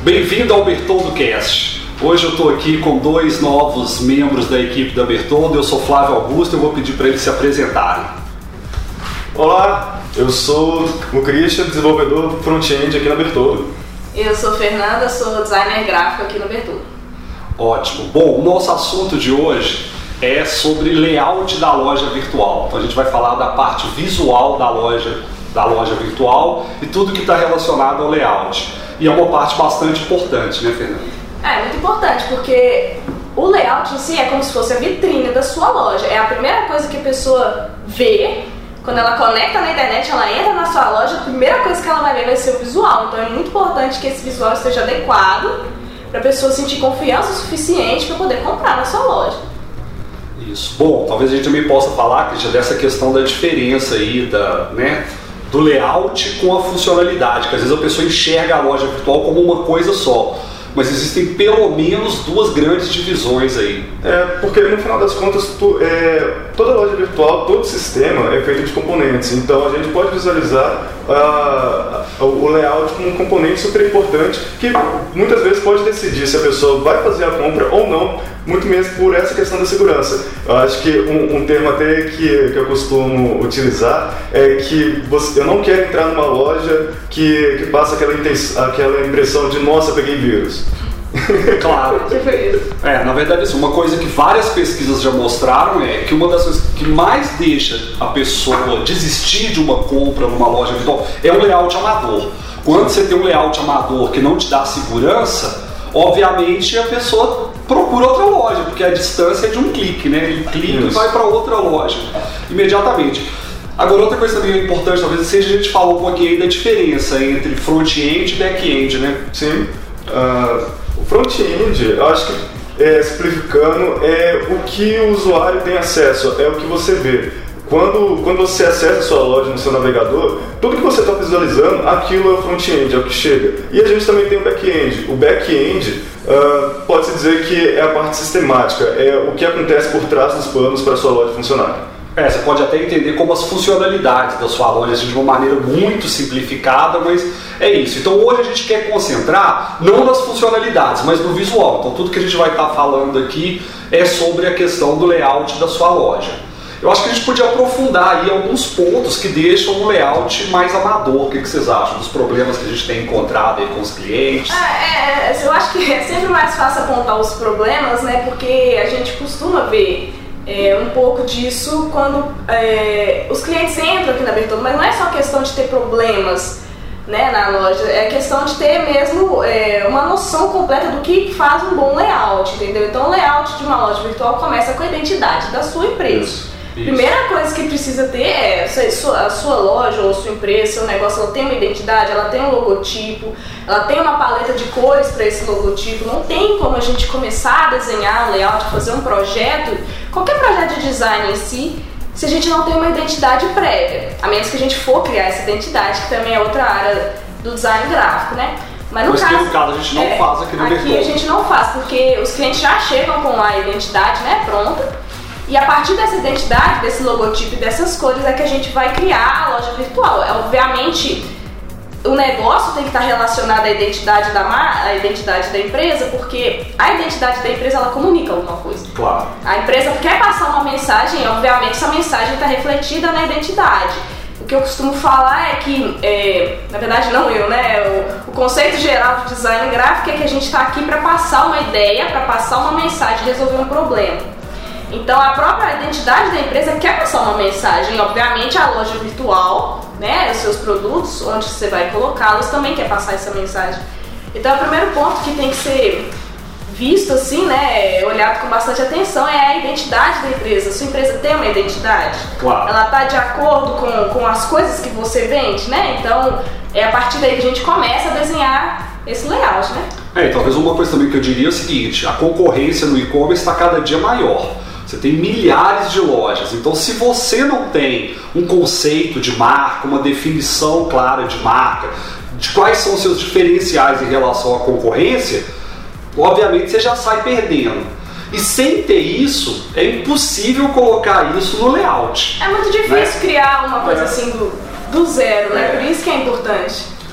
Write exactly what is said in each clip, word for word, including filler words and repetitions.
Bem-vindo ao Bertoldo Cast. Hoje eu estou aqui com dois novos membros da equipe da Bertoldo. Eu sou Flávio Augusto e eu vou pedir para eles se apresentarem. Olá, eu sou o Christian, desenvolvedor front-end aqui na Bertoldo. Eu sou Fernanda, sou designer gráfico aqui no Bertoldo. Ótimo. Bom, o nosso assunto de hoje é sobre layout da loja virtual. Então a gente vai falar da parte visual da loja, da loja virtual e tudo que está relacionado ao layout. E é uma parte bastante importante, né, Fernanda? É, muito importante, porque o layout em si é como se fosse a vitrine da sua loja. É a primeira coisa que a pessoa vê, quando ela conecta na internet, ela entra na sua loja, a primeira coisa que ela vai ver vai ser o visual. Então é muito importante que esse visual esteja adequado para a pessoa sentir confiança suficiente para poder comprar na sua loja. Isso. Bom, talvez a gente também possa falar, Cristian, dessa questão da diferença aí, da, né, do layout com a funcionalidade, que às vezes a pessoa enxerga a loja virtual como uma coisa só, mas existem pelo menos duas grandes divisões aí. É, porque no final das contas, tu, é, toda loja virtual, todo sistema é feito de componentes, então a gente pode visualizar uh, o layout como um componente super importante que muitas vezes pode decidir se a pessoa vai fazer a compra ou não, muito mesmo por essa questão da segurança. Eu acho que um, um termo até que, que eu costumo utilizar é que você, eu não quero entrar numa loja que, que passa aquela, aquela impressão de nossa, peguei vírus. Claro. É, na verdade, assim, uma coisa que várias pesquisas já mostraram é que uma das coisas que mais deixa a pessoa desistir de uma compra numa loja virtual é um layout amador. Quando você tem um layout amador que não te dá segurança, obviamente a pessoa procura outra loja, porque a distância é de um clique, né? Ele clica Isso. e vai para outra loja imediatamente. Agora, outra coisa também importante, talvez seja a gente falar um pouquinho aí da diferença entre front-end e back-end, né? Sim. Uh, o front-end, eu acho que, é, simplificando, é o que o usuário tem acesso, é o que você vê. Quando, quando você acessa a sua loja no seu navegador, tudo que você está visualizando, aquilo é o front-end, é o que chega. E a gente também tem o back-end. O back-end uh, pode-se dizer que é a parte sistemática, é o que acontece por trás dos panos para a sua loja funcionar. É, você pode até entender como as funcionalidades da sua loja assim, de uma maneira muito simplificada, mas é isso. Então hoje a gente quer concentrar não nas funcionalidades, mas no visual. Então tudo que a gente vai estar falando aqui é sobre a questão do layout da sua loja. Eu acho que a gente podia aprofundar aí alguns pontos que deixam o layout mais amador. O que vocês acham dos problemas que a gente tem encontrado aí com os clientes? É, é, eu acho que é sempre mais fácil apontar os problemas, né? Porque a gente costuma ver é, um pouco disso quando é, os clientes entram aqui na Bertoldo, mas não é só questão de ter problemas, né, na loja, é questão de ter mesmo é, uma noção completa do que faz um bom layout, entendeu? Então o layout de uma loja virtual começa com a identidade da sua empresa. Isso. Isso. Primeira coisa que precisa ter é a sua loja ou a sua empresa, seu negócio, ela tem uma identidade, ela tem um logotipo, ela tem uma paleta de cores para esse logotipo. Não tem como a gente começar a desenhar um layout, fazer um projeto, qualquer projeto de design em si, se a gente não tem uma identidade prévia, a menos que a gente for criar essa identidade, que também é outra área do design gráfico, né? Mas no, Mas caso, no caso a gente não é, faz aqui no Aqui Bertoldo. A gente não faz, porque os clientes já chegam com a identidade, né, pronta. E a partir dessa identidade, desse logotipo e dessas cores é que a gente vai criar a loja virtual. É, obviamente, o negócio tem que estar relacionado à identidade da, à identidade da empresa, porque a identidade da empresa, ela comunica alguma coisa. Claro. A empresa quer passar uma mensagem, obviamente essa mensagem está refletida na identidade. O que eu costumo falar é que, é, na verdade não eu, né? O, o conceito geral de design gráfico é que a gente está aqui para passar uma ideia, para passar uma mensagem, resolver um problema. Então a própria identidade da empresa quer passar uma mensagem, obviamente a loja virtual, né, os seus produtos, onde você vai colocá-los, também quer passar essa mensagem. Então o primeiro ponto que tem que ser visto assim, né, olhado com bastante atenção é a identidade da empresa. Sua empresa tem uma identidade? Claro. Ela está de acordo com, com as coisas que você vende, né? Então é a partir daí que a gente começa a desenhar esse layout, né? É, e talvez uma coisa também que eu diria é o seguinte, a concorrência no e-commerce está cada dia maior. Você tem milhares de lojas, então se você não tem um conceito de marca, uma definição clara de marca, de quais são os seus diferenciais em relação à concorrência, obviamente você já sai perdendo. E sem ter isso, é impossível colocar isso no layout. É muito difícil, né, criar uma coisa assim do, do zero, né? É. Por isso que é importante.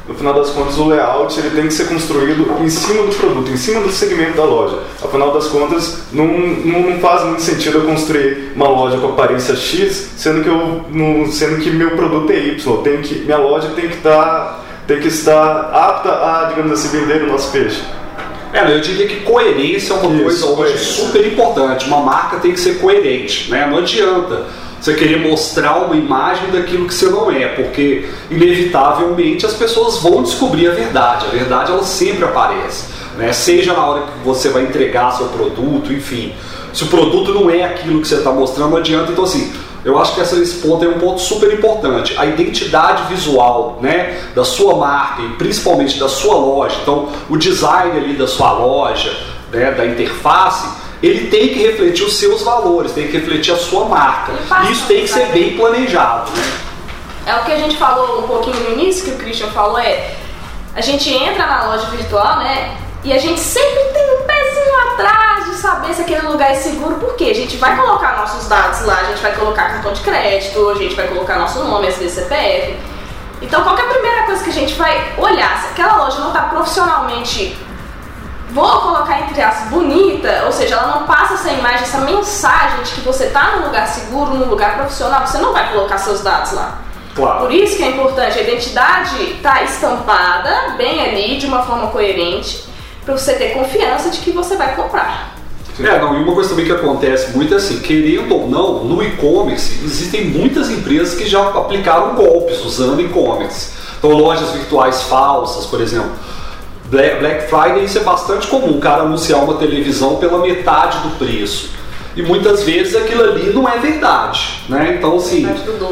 no final das contas o layout ele tem que ser construído em cima do produto, em cima do segmento da loja. Afinal das contas, não, não faz muito sentido eu construir uma loja com aparência X, sendo que, eu, não, sendo que meu produto é Y. Tem que, minha loja tem que, tá, tem que estar apta a, digamos assim, vender o nosso peixe. É, eu diria que coerência é uma Isso, coisa hoje coerência. super importante. Uma marca tem que ser coerente, né? Não adianta você querer mostrar uma imagem daquilo que você não é, porque inevitavelmente as pessoas vão descobrir a verdade. A verdade ela sempre aparece, né? Seja na hora que você vai entregar seu produto, enfim. Se o produto não é aquilo que você está mostrando, não adianta. Então assim, eu acho que esse ponto é um ponto super importante. A identidade visual, né, da sua marca e principalmente da sua loja. Então, o design ali da sua loja, né, da interface, ele tem que refletir os seus valores, tem que refletir a sua marca. Isso tem que ser bem planejado, né? É o que a gente falou um pouquinho no início, que o Christian falou, é a gente entra na loja virtual, né, e a gente sempre tem um pezinho atrás de saber se aquele lugar é seguro, porque a gente vai colocar nossos dados lá, a gente vai colocar cartão de crédito, a gente vai colocar nosso nome, às vezes C P F. Então qual que é a primeira coisa que a gente vai olhar? Se aquela loja não está profissionalmente, vou colocar entre aspas, bonita, ou seja, ela não passa essa imagem, essa mensagem de que você está num lugar seguro, num lugar profissional, você não vai colocar seus dados lá. Claro. Por isso que é importante, a identidade tá estampada bem ali, de uma forma coerente, para você ter confiança de que você vai comprar. É, não, e uma coisa também que acontece muito é assim, querendo ou não, no e-commerce existem muitas empresas que já aplicaram golpes usando e-commerce. Então lojas virtuais falsas, por exemplo. Black Friday, isso é bastante comum, o cara anunciar uma televisão pela metade do preço. E muitas vezes aquilo ali não é verdade, né? Então assim,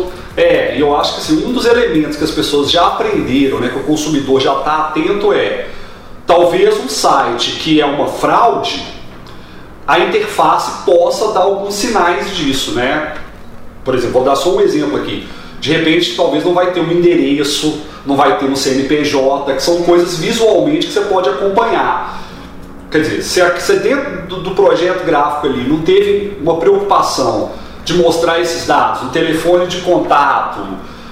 é, eu acho que assim, um dos elementos que as pessoas já aprenderam, né, que o consumidor já está atento é, talvez um site que é uma fraude, a interface possa dar alguns sinais disso, né? Por exemplo, vou dar só um exemplo aqui. De repente, talvez não vai ter um endereço, não vai ter um C N P J, que são coisas visualmente que você pode acompanhar. Quer dizer, se você dentro do, do projeto gráfico ali não teve uma preocupação de mostrar esses dados, o telefone de contato,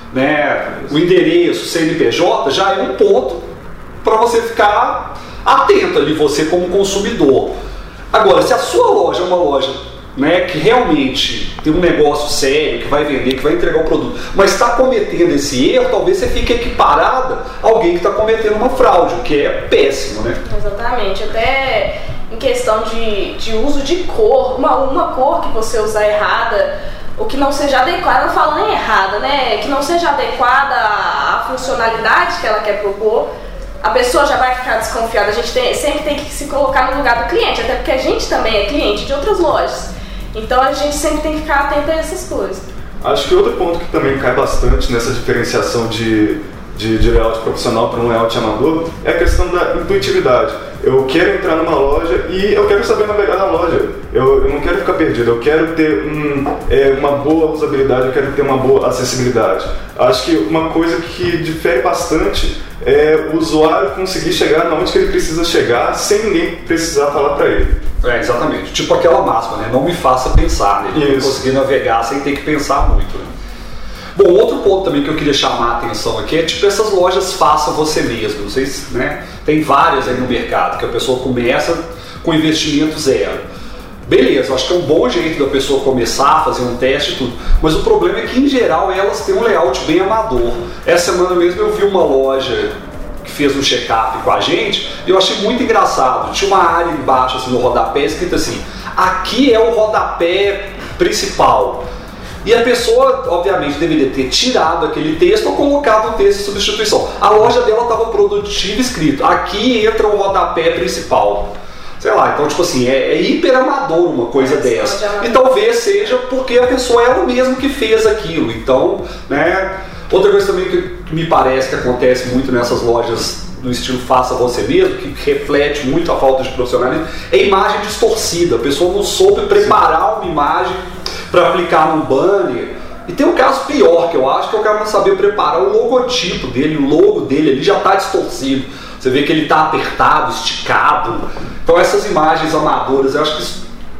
né, o endereço, o C N P J, já é um ponto para você ficar atento ali, você como consumidor. Agora, se a sua loja é uma loja, né, que realmente tem um negócio sério, que vai vender, que vai entregar o produto, mas está cometendo esse erro, talvez você fique equiparada a alguém que está cometendo uma fraude, o que é péssimo, né? Exatamente, até em questão de, de uso de cor, uma, uma cor que você usar errada, ou que não seja adequada, não falo nem errada, né, que não seja adequada à funcionalidade que ela quer propor, a pessoa já vai ficar desconfiada. A gente tem, sempre tem que se colocar no lugar do cliente, até porque a gente também é cliente de outras lojas. Então a gente sempre tem que ficar atento a essas coisas. Acho que outro ponto que também cai bastante nessa diferenciação de, de, de layout profissional para um layout amador é a questão da intuitividade. Eu quero entrar numa loja e eu quero saber navegar na loja. Eu, eu não quero ficar perdido, eu quero ter um, é, uma boa usabilidade, eu quero ter uma boa acessibilidade. Acho que uma coisa que difere bastante é o usuário conseguir chegar onde que ele precisa chegar sem ninguém precisar falar para ele. É, exatamente. Tipo aquela máxima, né? Não me faça pensar, né? Ele conseguir navegar sem ter que pensar muito, né? Bom, outro ponto também que eu queria chamar a atenção aqui é tipo essas lojas faça você mesmo. Não sei se, né? Tem várias aí no mercado que a pessoa começa com investimento zero. Beleza, eu acho que é um bom jeito da pessoa começar a fazer um teste e tudo, mas o problema é que em geral elas têm um layout bem amador. Essa semana mesmo eu vi uma loja que fez um check-up com a gente e eu achei muito engraçado. Tinha uma área embaixo assim, no rodapé escrito assim, aqui é o rodapé principal. E a pessoa, obviamente, deveria ter tirado aquele texto ou colocado um texto de substituição. A loja dela estava produtiva escrito, aqui entra o rodapé principal. Sei lá, então tipo assim, é, é hiper amador uma coisa é, dessa. E talvez seja porque a pessoa é ela mesma que fez aquilo. Então, né? Outra coisa também que me parece que acontece muito nessas lojas do estilo faça você mesmo, que reflete muito a falta de profissionalismo, é imagem distorcida. A pessoa não soube preparar uma imagem para aplicar num banner. E tem um caso pior que eu acho, que é o cara não saber preparar o logotipo dele, o logo dele ali já está distorcido. Você vê que ele está apertado, esticado. Então essas imagens amadoras, eu acho que isso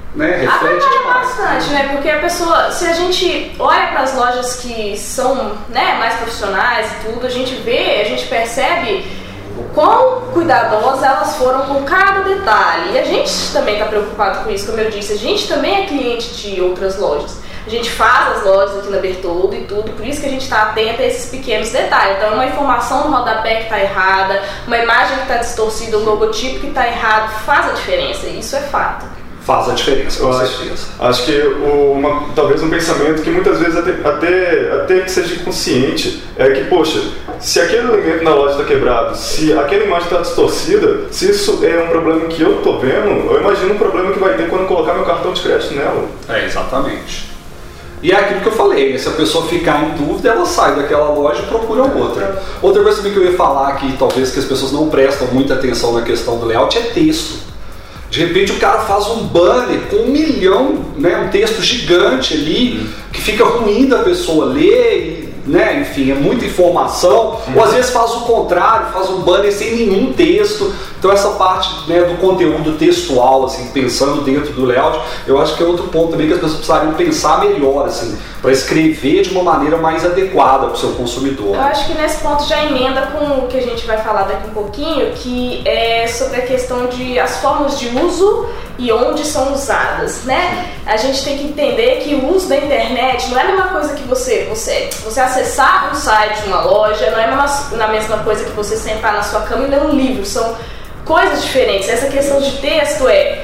né, reflete demais. Bastante, né? Porque a pessoa, se a gente olha para as lojas que são, né, mais profissionais e tudo, a gente vê, a gente percebe o quão cuidadosas elas foram com cada detalhe. E a gente também está preocupado com isso, como eu disse, a gente também é cliente de outras lojas. A gente faz as lojas aqui na Bertoldo e tudo, por isso que a gente está atento a esses pequenos detalhes. Então, uma informação no rodapé que está errada, uma imagem que está distorcida, um logotipo que está errado, faz a diferença, e isso é fato. Faz a diferença, com eu certeza. Acho, acho que uma, talvez um pensamento que muitas vezes até, até, até que seja inconsciente é que, poxa, se aquele elemento na loja está quebrado, se aquela imagem está distorcida, se isso é um problema que eu estou vendo, eu imagino um problema que vai ter quando eu colocar meu cartão de crédito nela. É, exatamente. E é aquilo que eu falei, né? Se a pessoa ficar em dúvida, ela sai daquela loja e procura outra. Outra coisa também que eu ia falar que talvez que as pessoas não prestam muita atenção na questão do layout é texto. De repente o cara faz um banner com um milhão, né, um texto gigante ali, hum. que fica ruim da pessoa ler, e, né, enfim, é muita informação. Hum. Ou às vezes faz o contrário, faz um banner sem nenhum texto. Então essa parte, né, do conteúdo textual, assim, pensando dentro do layout, eu acho que é outro ponto também que as pessoas precisariam pensar melhor, assim, para escrever de uma maneira mais adequada para o seu consumidor. Eu acho que nesse ponto já emenda com o que a gente vai falar daqui um pouquinho, que é sobre a questão de as formas de uso e onde são usadas, né? A gente tem que entender que o uso da internet não é a mesma coisa que você, você, você acessar um site de uma loja, não é a mesma coisa que você sentar na sua cama e ler um livro, são coisas diferentes. Essa questão de texto é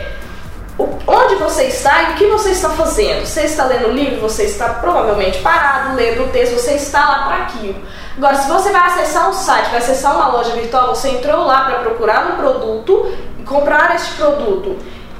onde você está e o que você está fazendo. Você está lendo o livro, você está provavelmente parado, lendo o texto, você está lá para aquilo. Agora, se você vai acessar um site, vai acessar uma loja virtual, você entrou lá para procurar um produto e comprar este produto.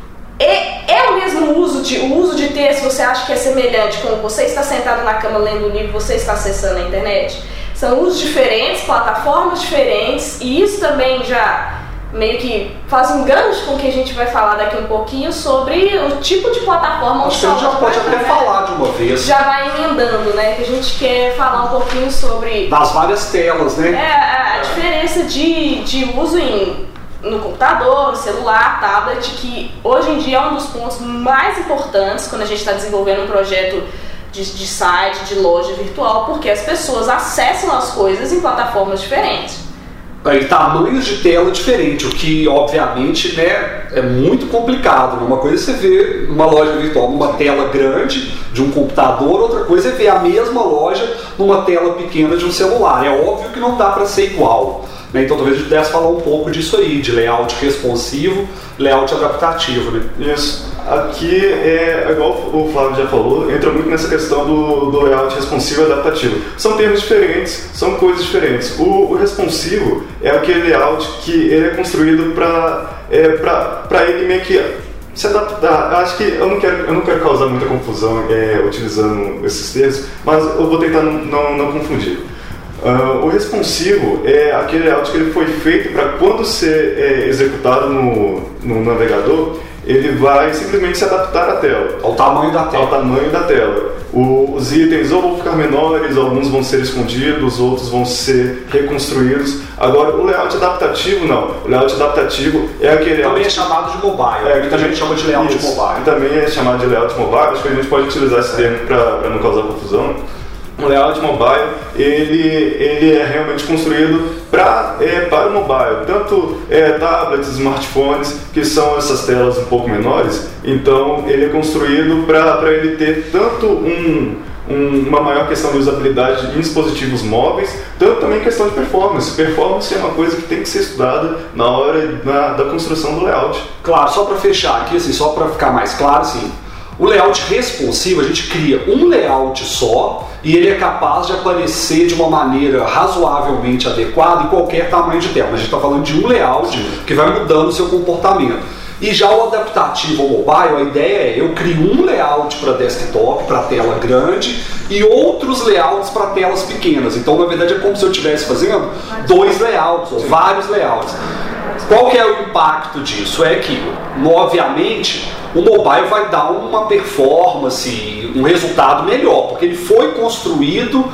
É, é o mesmo uso de, o uso de texto, você acha que é semelhante com você está sentado na cama lendo o livro, você está acessando a internet? São usos diferentes, plataformas diferentes, e isso também já meio que faz um gancho com o que a gente vai falar daqui um pouquinho sobre o tipo de plataforma. Acho que a gente já pode até né? falar de uma vez. Já vai emendando, né? Que a gente quer falar um pouquinho sobre... das várias telas, né? É, a diferença de, de uso em, no computador, no celular, tablet, que hoje em dia é um dos pontos mais importantes quando a gente está desenvolvendo um projeto de, de site, de loja virtual, porque as pessoas acessam as coisas em plataformas diferentes. Em tamanhos de tela diferentes, o que obviamente, né, é muito complicado. Uma coisa é você ver uma loja virtual numa tela grande de um computador, outra coisa é ver a mesma loja numa tela pequena de um celular. É óbvio que não dá para ser igual, né? Então talvez a gente desse falar um pouco disso aí, de layout responsivo, layout adaptativo, né? Isso. Aqui, é, igual o Flávio já falou, entra muito nessa questão do, do layout responsivo e adaptativo. São termos diferentes, são coisas diferentes. O, o responsivo é aquele layout que ele é construído para é, para ele meio que se adaptar. Acho que eu não quero, eu não quero causar muita confusão é, utilizando esses termos, mas eu vou tentar não, não, não confundir. Uh, o responsivo é aquele layout que ele foi feito para quando ser é, executado no, no navegador, ele vai simplesmente se adaptar à tela. Ao tamanho da tela. Ao tamanho da tela. O, os itens ou vão ficar menores, alguns vão ser escondidos, outros vão ser reconstruídos. Agora, o layout adaptativo, não. O layout adaptativo é aquele layout... Também é chamado de mobile. É, que a gente chama de layout isso, mobile. Também é chamado de layout mobile. Acho que a gente pode utilizar esse termo para não causar confusão. O layout mobile, ele, ele é realmente construído pra, é, para o mobile, tanto é, tablets, smartphones, que são essas telas um pouco menores, então ele é construído para ele ter tanto um, um, uma maior questão de usabilidade em dispositivos móveis, tanto também questão de performance. Performance é uma coisa que tem que ser estudada na hora na, da construção do layout. Claro, só para fechar aqui, assim, só para ficar mais claro, assim, o layout responsivo, a gente cria um layout só e ele é capaz de aparecer de uma maneira razoavelmente adequada em qualquer tamanho de tela. A gente está falando de um layout que vai mudando o seu comportamento. E já o adaptativo ao mobile, a ideia é eu crio um layout para desktop, para tela grande, e outros layouts para telas pequenas. Então, na verdade, é como se eu estivesse fazendo dois layouts, ou vários layouts. Qual que é o impacto disso? É que, obviamente, o mobile vai dar uma performance, um resultado melhor, porque ele foi construído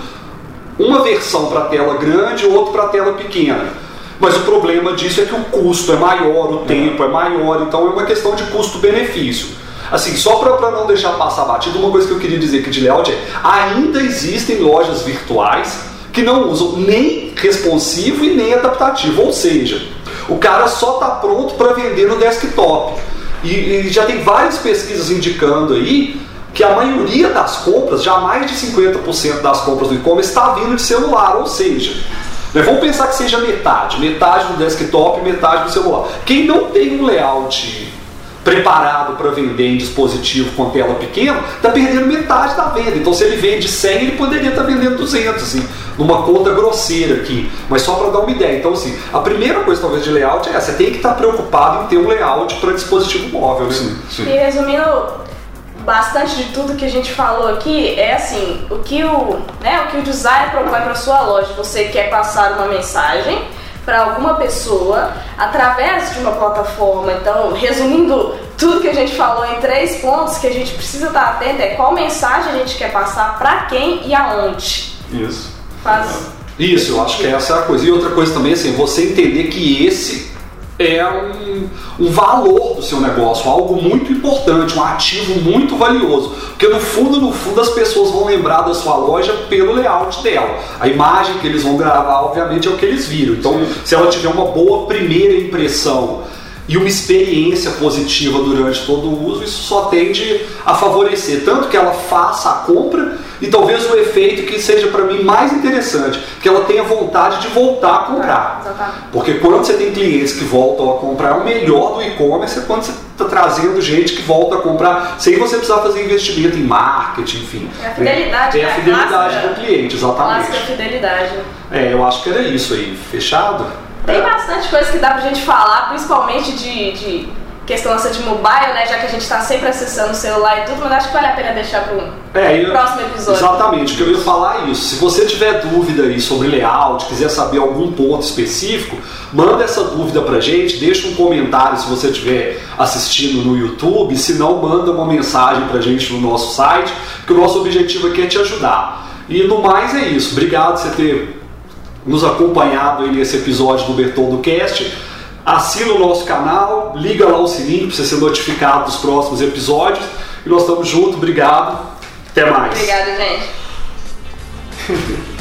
uma versão para tela grande e outra para tela pequena. Mas o problema disso é que o custo é maior, o tempo é maior, então é uma questão de custo-benefício. Assim, só para não deixar passar batido, uma coisa que eu queria dizer aqui de layout é: ainda existem lojas virtuais que não usam nem responsivo e nem adaptativo, ou seja, o cara só está pronto para vender no desktop. E, e já tem várias pesquisas indicando aí que a maioria das compras, já mais de cinquenta por cento das compras do e-commerce está vindo de celular, ou seja, né, vamos pensar que seja metade, metade no desktop e metade no celular. Quem não tem um layout preparado para vender em dispositivo com tela pequena, está perdendo metade da venda. Então, se ele vende cem, ele poderia estar tá vendendo duzentos, assim, numa conta grosseira aqui, mas só para dar uma ideia. Então, assim, a primeira coisa talvez de layout é essa: você tem que estar tá preocupado em ter um layout para dispositivo móvel, né? Sim, sim. E resumindo bastante de tudo que a gente falou aqui, é assim, o que o, né, o que o designer propõe para sua loja. Você quer passar uma mensagem para alguma pessoa através de uma plataforma. Então, resumindo tudo que a gente falou em três pontos que a gente precisa estar atento: é qual mensagem a gente quer passar, para quem e aonde. Isso. Faz Isso, eu acho que essa é a coisa. E outra coisa também, assim, você entender que esse é um, um valor do seu negócio, algo muito importante, um ativo muito valioso. Porque no fundo, no fundo, as pessoas vão lembrar da sua loja pelo layout dela. A imagem que eles vão gravar, obviamente, é o que eles viram. Então, sim, se ela tiver uma boa primeira impressão e uma experiência positiva durante todo o uso, isso só tende a favorecer tanto que ela faça a compra, e talvez o efeito que seja para mim mais interessante, que ela tenha vontade de voltar a comprar. Exatamente. Porque quando você tem clientes que voltam a comprar, o melhor do e-commerce é quando você está trazendo gente que volta a comprar sem você precisar fazer investimento em marketing, enfim. É a fidelidade. É a fidelidade do cliente, exatamente. Clássica fidelidade. É, eu acho que era isso aí. Fechado? Tem bastante coisa que dá pra gente falar, principalmente de, de questão essa de mobile, né? Já que a gente tá sempre acessando o celular e tudo, mas acho que vale a pena deixar pro é, eu, próximo episódio. Exatamente, o que eu ia falar é isso. Se você tiver dúvida aí sobre layout, quiser saber algum ponto específico, manda essa dúvida pra gente, deixa um comentário se você estiver assistindo no YouTube, se não, manda uma mensagem pra gente no nosso site, que o nosso objetivo aqui é te ajudar. E no mais é isso. Obrigado por você ter nos acompanhado aí nesse episódio do Bertoldo Cast. Assina o nosso canal, liga lá o sininho para você ser notificado dos próximos episódios. E nós estamos juntos, obrigado. Até mais. Obrigada, gente.